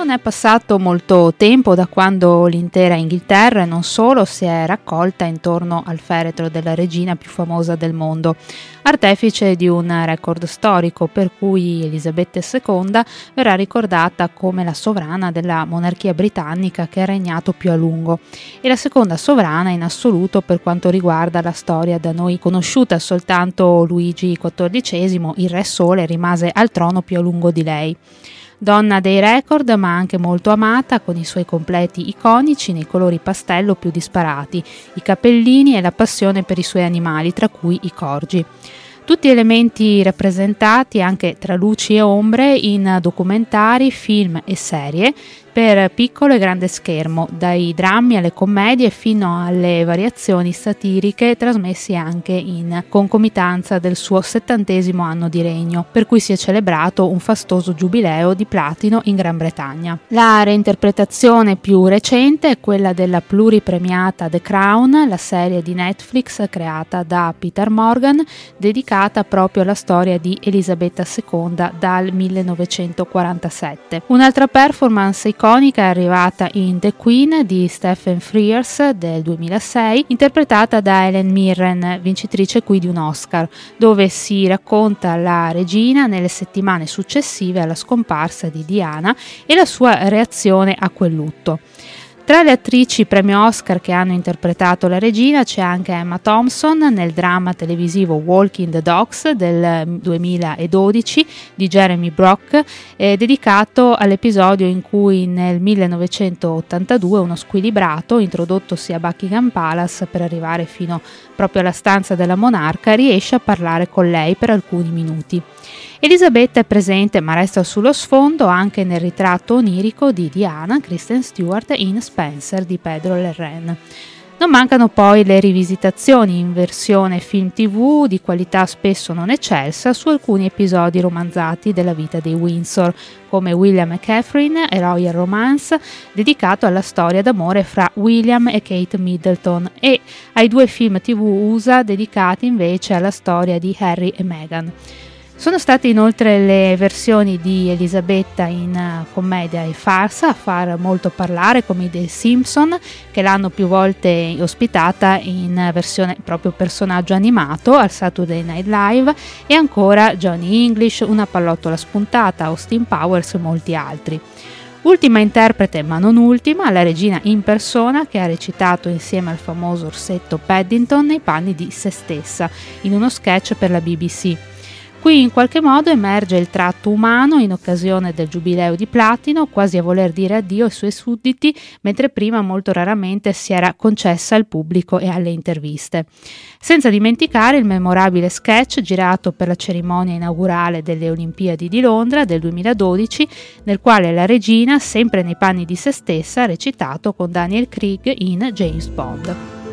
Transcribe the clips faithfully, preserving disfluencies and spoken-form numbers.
Non è passato molto tempo da quando l'intera Inghilterra, e non solo, si è raccolta intorno al feretro della regina più famosa del mondo, artefice di un record storico per cui Elisabetta seconda verrà ricordata come la sovrana della monarchia britannica che ha regnato più a lungo e la seconda sovrana in assoluto per quanto riguarda la storia da noi conosciuta. Soltanto Luigi quattordicesimo, il Re Sole, rimase al trono più a lungo di lei. Donna dei record, ma anche molto amata, con i suoi completi iconici nei colori pastello più disparati, i cappellini e la passione per i suoi animali, tra cui i corgi. Tutti elementi rappresentati anche tra luci e ombre in documentari, film e serie per piccolo e grande schermo, dai drammi alle commedie fino alle variazioni satiriche trasmessi anche in concomitanza del suo settantesimo anno di regno, per cui si è celebrato un fastoso giubileo di platino in Gran Bretagna. La reinterpretazione più recente è quella della pluripremiata The Crown, la serie di Netflix creata da Peter Morgan, dedicata proprio alla storia di Elisabetta seconda dal millenovecentoquarantasette. Un'altra performance iconica è arrivata in The Queen di Stephen Frears del duemilasei, interpretata da Helen Mirren, vincitrice qui di un Oscar, dove si racconta la regina nelle settimane successive alla scomparsa di Diana e la sua reazione a quel lutto. Tra le attrici premio Oscar che hanno interpretato la regina c'è anche Emma Thompson nel dramma televisivo Walking the Dogs del duemiladodici di Jeremy Brock, eh, dedicato all'episodio in cui nel millenovecentottantadue uno squilibrato, introdottosi a Buckingham Palace per arrivare fino proprio alla stanza della monarca, riesce a parlare con lei per alcuni minuti. Elisabetta è presente, ma resta sullo sfondo, anche nel ritratto onirico di Diana Kristen Stewart in Spencer di Pedro Lerren. Non mancano poi le rivisitazioni in versione film tivù di qualità spesso non eccelsa su alcuni episodi romanzati della vita dei Windsor, come William e Catherine, A Royal Romance, dedicato alla storia d'amore fra William e Kate Middleton, e ai due film tivù U S A dedicati invece alla storia di Harry e Meghan. Sono state inoltre le versioni di Elisabetta in uh, commedia e farsa a far molto parlare, come i The Simpson, che l'hanno più volte ospitata in versione proprio personaggio animato al Saturday Night Live, e ancora Johnny English, Una pallottola spuntata, Austin Powers e molti altri. Ultima interprete, ma non ultima, la regina in persona, che ha recitato insieme al famoso orsetto Paddington nei panni di se stessa in uno sketch per la B B C. Qui in qualche modo emerge il tratto umano in occasione del giubileo di platino, quasi a voler dire addio ai suoi sudditi, mentre prima molto raramente si era concessa al pubblico e alle interviste. Senza dimenticare il memorabile sketch girato per la cerimonia inaugurale delle Olimpiadi di Londra del duemiladodici, nel quale la regina, sempre nei panni di se stessa, ha recitato con Daniel Craig in James Bond.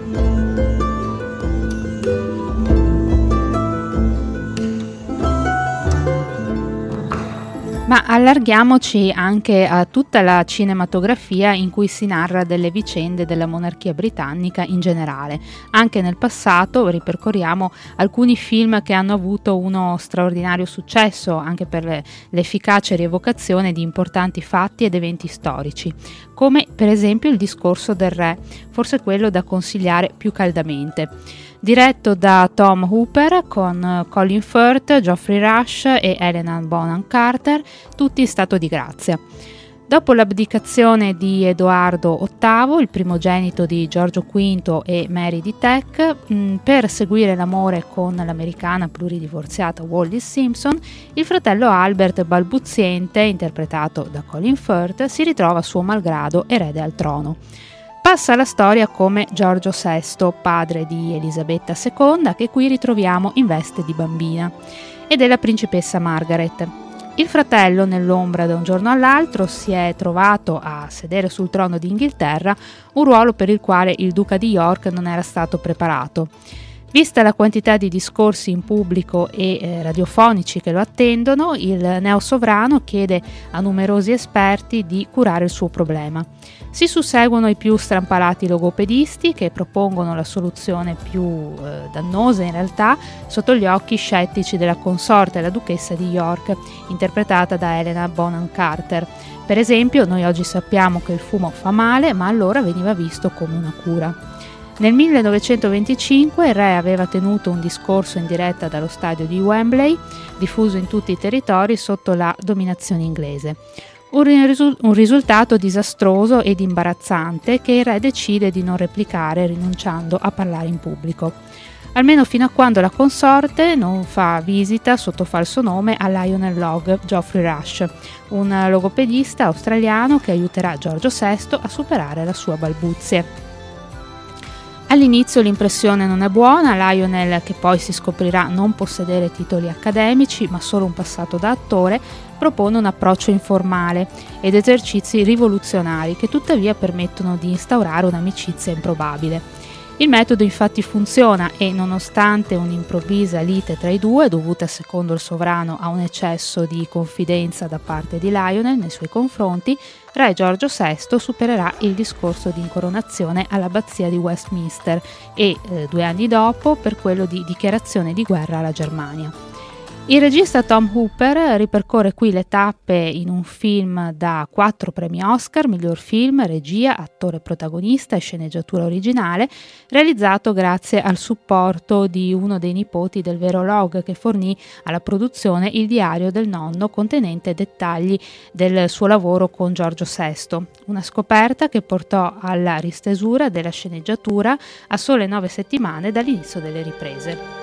Ma allarghiamoci anche a tutta la cinematografia in cui si narra delle vicende della monarchia britannica in generale. Anche nel passato ripercorriamo alcuni film che hanno avuto uno straordinario successo anche per le, l'efficace rievocazione di importanti fatti ed eventi storici, come per esempio Il discorso del re, forse quello da consigliare più caldamente. Diretto da Tom Hooper con Colin Firth, Geoffrey Rush e Helena Bonham Carter, tutti in stato di grazia. Dopo l'abdicazione di Edoardo ottavo, il primogenito di Giorgio quinto e Mary di Teck, mh, per seguire l'amore con l'americana pluridivorziata Wallis Simpson, il fratello Albert balbuziente, interpretato da Colin Firth, si ritrova suo malgrado erede al trono. Passa alla storia come Giorgio sesto, padre di Elisabetta seconda, che qui ritroviamo in veste di bambina, e della principessa Margaret. Il fratello, nell'ombra da un giorno all'altro, si è trovato a sedere sul trono d'Inghilterra, un ruolo per il quale il duca di York non era stato preparato. Vista la quantità di discorsi in pubblico e eh, radiofonici che lo attendono, il neosovrano chiede a numerosi esperti di curare il suo problema. Si susseguono i più strampalati logopedisti che propongono la soluzione più eh, dannosa in realtà sotto gli occhi scettici della consorte, la duchessa di York, interpretata da Helena Bonham Carter. Per esempio, noi oggi sappiamo che il fumo fa male, ma allora veniva visto come una cura. Nel millenovecentoventicinque il re aveva tenuto un discorso in diretta dallo stadio di Wembley, diffuso in tutti i territori sotto la dominazione inglese. Un, risu- un risultato disastroso ed imbarazzante che il re decide di non replicare, rinunciando a parlare in pubblico. Almeno fino a quando la consorte non fa visita sotto falso nome a Lionel Logg Geoffrey Rush, un logopedista australiano che aiuterà Giorgio sesto a superare la sua balbuzie. All'inizio l'impressione non è buona, Lionel, che poi si scoprirà non possedere titoli accademici ma solo un passato da attore, propone un approccio informale ed esercizi rivoluzionari che tuttavia permettono di instaurare un'amicizia improbabile. Il metodo infatti funziona e, nonostante un'improvvisa lite tra i due, dovuta secondo il sovrano a un eccesso di confidenza da parte di Lionel nei suoi confronti, re Giorgio sesto supererà il discorso di incoronazione all'abbazia di Westminster e, eh, due anni dopo, per quello di dichiarazione di guerra alla Germania. Il regista Tom Hooper ripercorre qui le tappe in un film da quattro premi Oscar, miglior film, regia, attore protagonista e sceneggiatura originale, realizzato grazie al supporto di uno dei nipoti del vero Logg, che fornì alla produzione il diario del nonno contenente dettagli del suo lavoro con Giorgio sesto, una scoperta che portò alla ristesura della sceneggiatura a sole nove settimane dall'inizio delle riprese.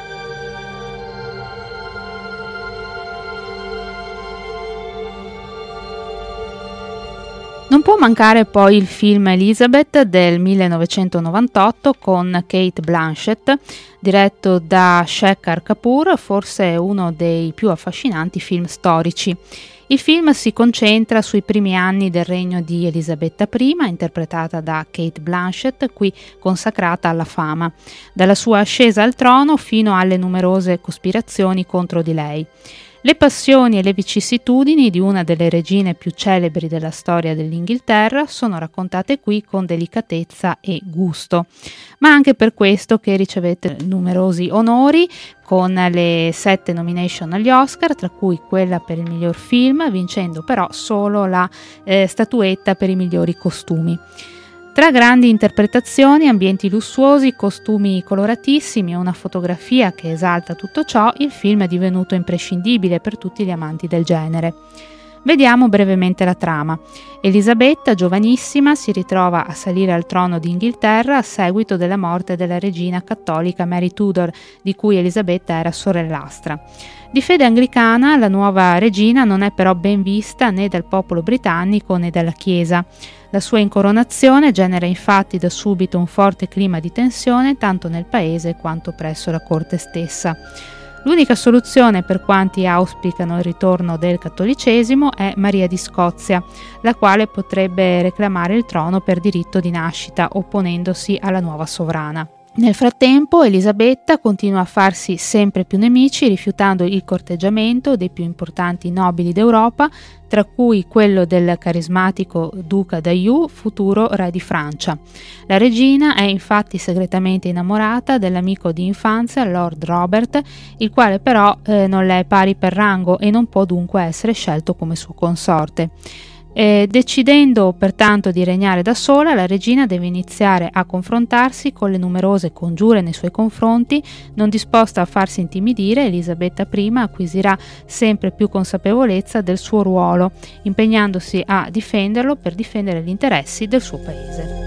Non può mancare poi il film Elizabeth del millenovecentonovantotto con Cate Blanchett, diretto da Shekhar Kapoor, forse uno dei più affascinanti film storici. Il film si concentra sui primi anni del regno di Elisabetta prima, interpretata da Cate Blanchett, qui consacrata alla fama, dalla sua ascesa al trono fino alle numerose cospirazioni contro di lei. Le passioni e le vicissitudini di una delle regine più celebri della storia dell'Inghilterra sono raccontate qui con delicatezza e gusto, ma anche per questo che ricevette numerosi onori con le sette nomination agli Oscar, tra cui quella per il miglior film, vincendo però solo la eh, statuetta per i migliori costumi. Tra grandi interpretazioni, ambienti lussuosi, costumi coloratissimi e una fotografia che esalta tutto ciò, il film è divenuto imprescindibile per tutti gli amanti del genere. Vediamo brevemente la trama. Elisabetta, giovanissima, si ritrova a salire al trono d'Inghilterra a seguito della morte della regina cattolica Mary Tudor, di cui Elisabetta era sorellastra. Di fede anglicana, la nuova regina non è però ben vista né dal popolo britannico né dalla Chiesa. La sua incoronazione genera infatti da subito un forte clima di tensione tanto nel paese quanto presso la corte stessa. L'unica soluzione per quanti auspicano il ritorno del cattolicesimo è Maria di Scozia, la quale potrebbe reclamare il trono per diritto di nascita, opponendosi alla nuova sovrana. Nel frattempo Elisabetta continua a farsi sempre più nemici, rifiutando il corteggiamento dei più importanti nobili d'Europa, tra cui quello del carismatico duca d'Anjou, futuro re di Francia. La regina è infatti segretamente innamorata dell'amico di infanzia Lord Robert, il quale però eh, non le è pari per rango e non può dunque essere scelto come suo consorte. Eh, decidendo pertanto di regnare da sola, la regina deve iniziare a confrontarsi con le numerose congiure nei suoi confronti. Non disposta a farsi intimidire, Elisabetta prima acquisirà sempre più consapevolezza del suo ruolo, impegnandosi a difenderlo per difendere gli interessi del suo paese.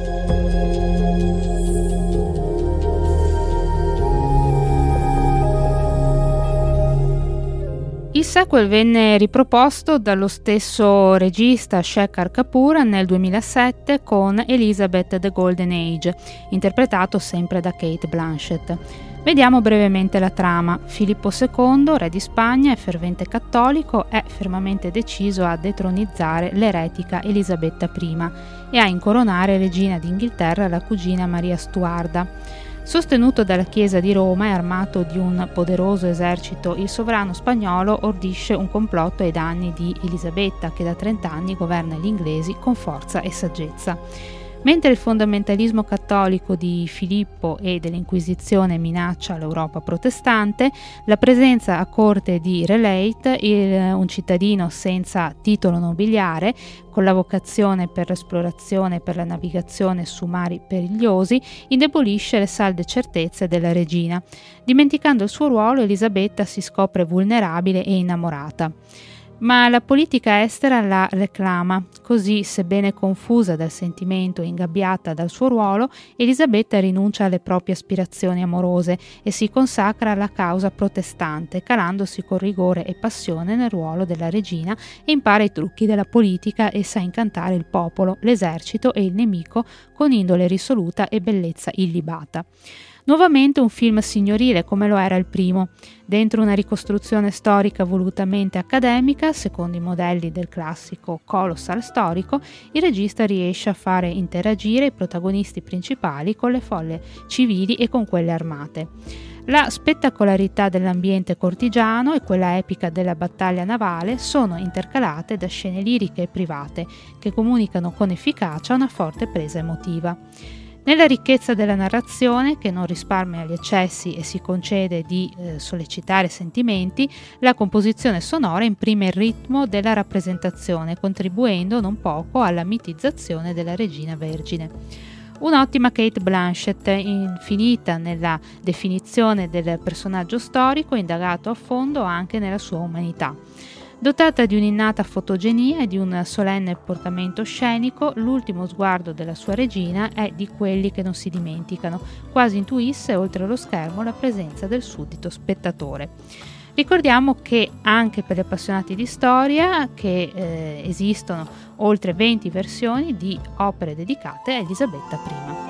Il sequel venne riproposto dallo stesso regista Shekhar Kapoor nel duemilasette con Elizabeth The Golden Age, interpretato sempre da Cate Blanchett. Vediamo brevemente la trama. Filippo secondo, re di Spagna e fervente cattolico, è fermamente deciso a detronizzare l'eretica Elisabetta prima e a incoronare regina d'Inghilterra la cugina Maria Stuarda. Sostenuto dalla Chiesa di Roma e armato di un poderoso esercito, il sovrano spagnolo ordisce un complotto ai danni di Elisabetta, che da trent'anni governa gli inglesi con forza e saggezza. Mentre il fondamentalismo cattolico di Filippo e dell'Inquisizione minaccia l'Europa protestante, la presenza a corte di Relate, il, un cittadino senza titolo nobiliare, con la vocazione per l'esplorazione e per la navigazione su mari perigliosi, indebolisce le salde certezze della regina. Dimenticando il suo ruolo, Elisabetta si scopre vulnerabile e innamorata. Ma la politica estera la reclama, così, sebbene confusa dal sentimento e ingabbiata dal suo ruolo, Elisabetta rinuncia alle proprie aspirazioni amorose e si consacra alla causa protestante, calandosi con rigore e passione nel ruolo della regina e impara i trucchi della politica e sa incantare il popolo, l'esercito e il nemico con indole risoluta e bellezza illibata. Nuovamente un film signorile come lo era il primo, dentro una ricostruzione storica volutamente accademica, secondo i modelli del classico colossal storico, il regista riesce a fare interagire i protagonisti principali con le folle civili e con quelle armate. La spettacolarità dell'ambiente cortigiano e quella epica della battaglia navale sono intercalate da scene liriche e private che comunicano con efficacia una forte presa emotiva. Nella ricchezza della narrazione, che non risparmia gli eccessi e si concede di eh, sollecitare sentimenti, la composizione sonora imprime il ritmo della rappresentazione, contribuendo non poco alla mitizzazione della regina vergine. Un'ottima Cate Blanchett, infinita nella definizione del personaggio storico, indagato a fondo anche nella sua umanità. Dotata di un'innata fotogenia e di un solenne portamento scenico, l'ultimo sguardo della sua regina è di quelli che non si dimenticano, quasi intuisse oltre lo schermo la presenza del suddito spettatore. Ricordiamo che anche per gli appassionati di storia che eh, esistono oltre venti versioni di opere dedicate a Elisabetta prima.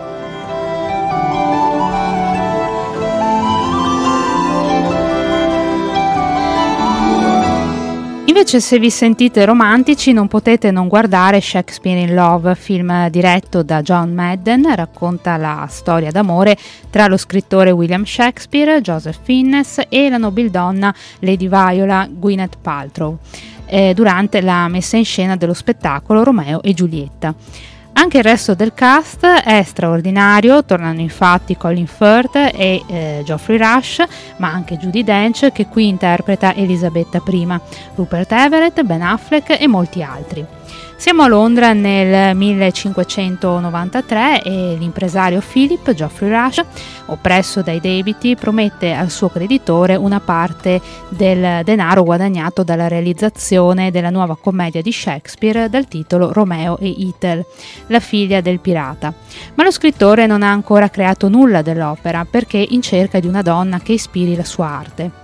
Invece, se vi sentite romantici, non potete non guardare Shakespeare in Love, film diretto da John Madden. Racconta la storia d'amore tra lo scrittore William Shakespeare, Joseph Fiennes, e la nobildonna Lady Viola, Gwyneth Paltrow, eh, durante la messa in scena dello spettacolo Romeo e Giulietta. Anche il resto del cast è straordinario, tornano infatti Colin Firth e eh, Geoffrey Rush, ma anche Judi Dench, che qui interpreta Elisabetta prima, Rupert Everett, Ben Affleck e molti altri. Siamo a Londra nel millecinquecentonovantatré e l'impresario Philip, Geoffrey Rush, oppresso dai debiti, promette al suo creditore una parte del denaro guadagnato dalla realizzazione della nuova commedia di Shakespeare dal titolo Romeo e Ethel, la figlia del pirata. Ma lo scrittore non ha ancora creato nulla dell'opera perché in cerca di una donna che ispiri la sua arte.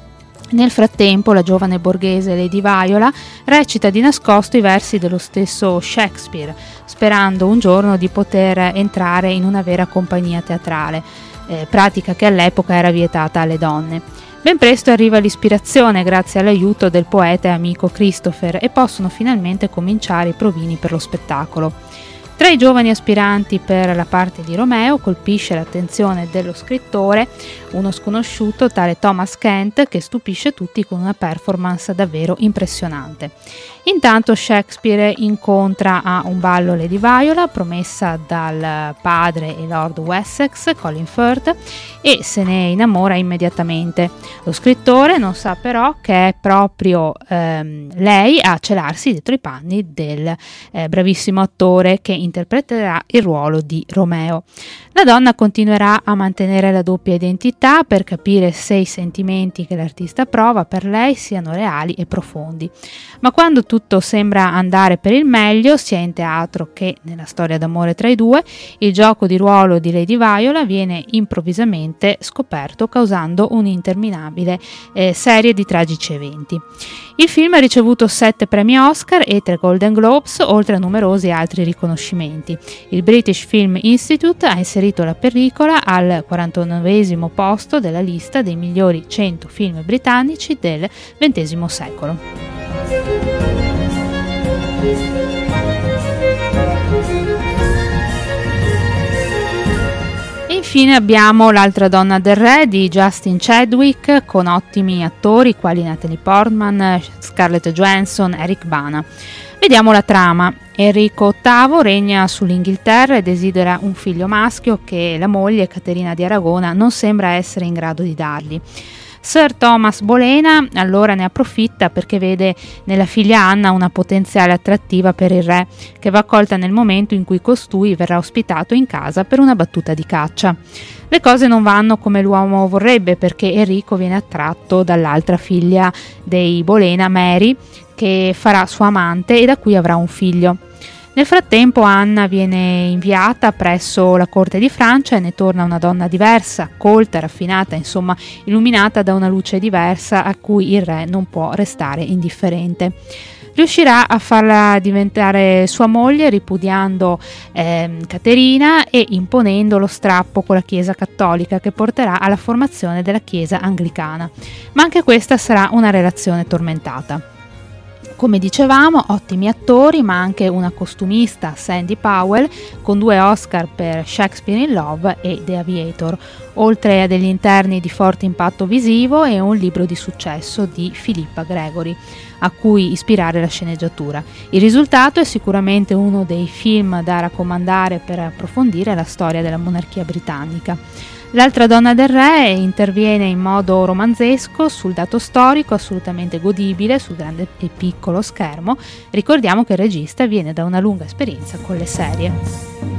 Nel frattempo la giovane borghese Lady Viola recita di nascosto i versi dello stesso Shakespeare, sperando un giorno di poter entrare in una vera compagnia teatrale, eh, pratica che all'epoca era vietata alle donne. Ben presto arriva l'ispirazione grazie all'aiuto del poeta e amico Christopher e possono finalmente cominciare i provini per lo spettacolo. Tra i giovani aspiranti per la parte di Romeo colpisce l'attenzione dello scrittore uno sconosciuto tale Thomas Kent che stupisce tutti con una performance davvero impressionante. Intanto Shakespeare incontra a un ballo Lady Viola, promessa dal padre e Lord Wessex, Colin Firth, e se ne innamora immediatamente. Lo scrittore non sa però che è proprio ehm, lei a celarsi dietro i panni del eh, bravissimo attore che interpreterà il ruolo di Romeo. La donna continuerà a mantenere la doppia identità per capire se i sentimenti che l'artista prova per lei siano reali e profondi. Ma quando tutto sembra andare per il meglio, sia in teatro che nella storia d'amore tra i due, il gioco di ruolo di Lady Viola viene improvvisamente scoperto, causando un'interminabile eh, serie di tragici eventi. Il film ha ricevuto sette premi Oscar e tre Golden Globes, oltre a numerosi altri riconoscimenti. Il British Film Institute ha inserito la pellicola al quarantanovesimo posto della lista dei migliori cento film britannici del ventesimo secolo. infine abbiamo L'altra donna del re di Justin Chadwick, con ottimi attori quali Natalie Portman, Scarlett Johansson, Eric Bana. Vediamo la trama. Enrico ottavo regna sull'Inghilterra e desidera un figlio maschio che la moglie, Caterina di Aragona, non sembra essere in grado di dargli. Sir Thomas Bolena allora ne approfitta perché vede nella figlia Anna una potenziale attrattiva per il re, che va accolta nel momento in cui costui verrà ospitato in casa per una battuta di caccia. Le cose non vanno come l'uomo vorrebbe, perché Enrico viene attratto dall'altra figlia dei Bolena, Mary, che farà sua amante e da cui avrà un figlio. Nel frattempo Anna viene inviata presso la corte di Francia e ne torna una donna diversa, colta, raffinata, insomma illuminata da una luce diversa a cui il re non può restare indifferente. Riuscirà a farla diventare sua moglie ripudiando eh, Caterina e imponendo lo strappo con la Chiesa cattolica, che porterà alla formazione della Chiesa anglicana. Ma anche questa sarà una relazione tormentata. Come dicevamo, ottimi attori, ma anche una costumista, Sandy Powell, con due Oscar per Shakespeare in Love e The Aviator, oltre a degli interni di forte impatto visivo e un libro di successo di Philippa Gregory, a cui ispirare la sceneggiatura. Il risultato è sicuramente uno dei film da raccomandare per approfondire la storia della monarchia britannica. L'altra donna del re interviene in modo romanzesco sul dato storico, assolutamente godibile sul grande e piccolo schermo. Ricordiamo che il regista viene da una lunga esperienza con le serie.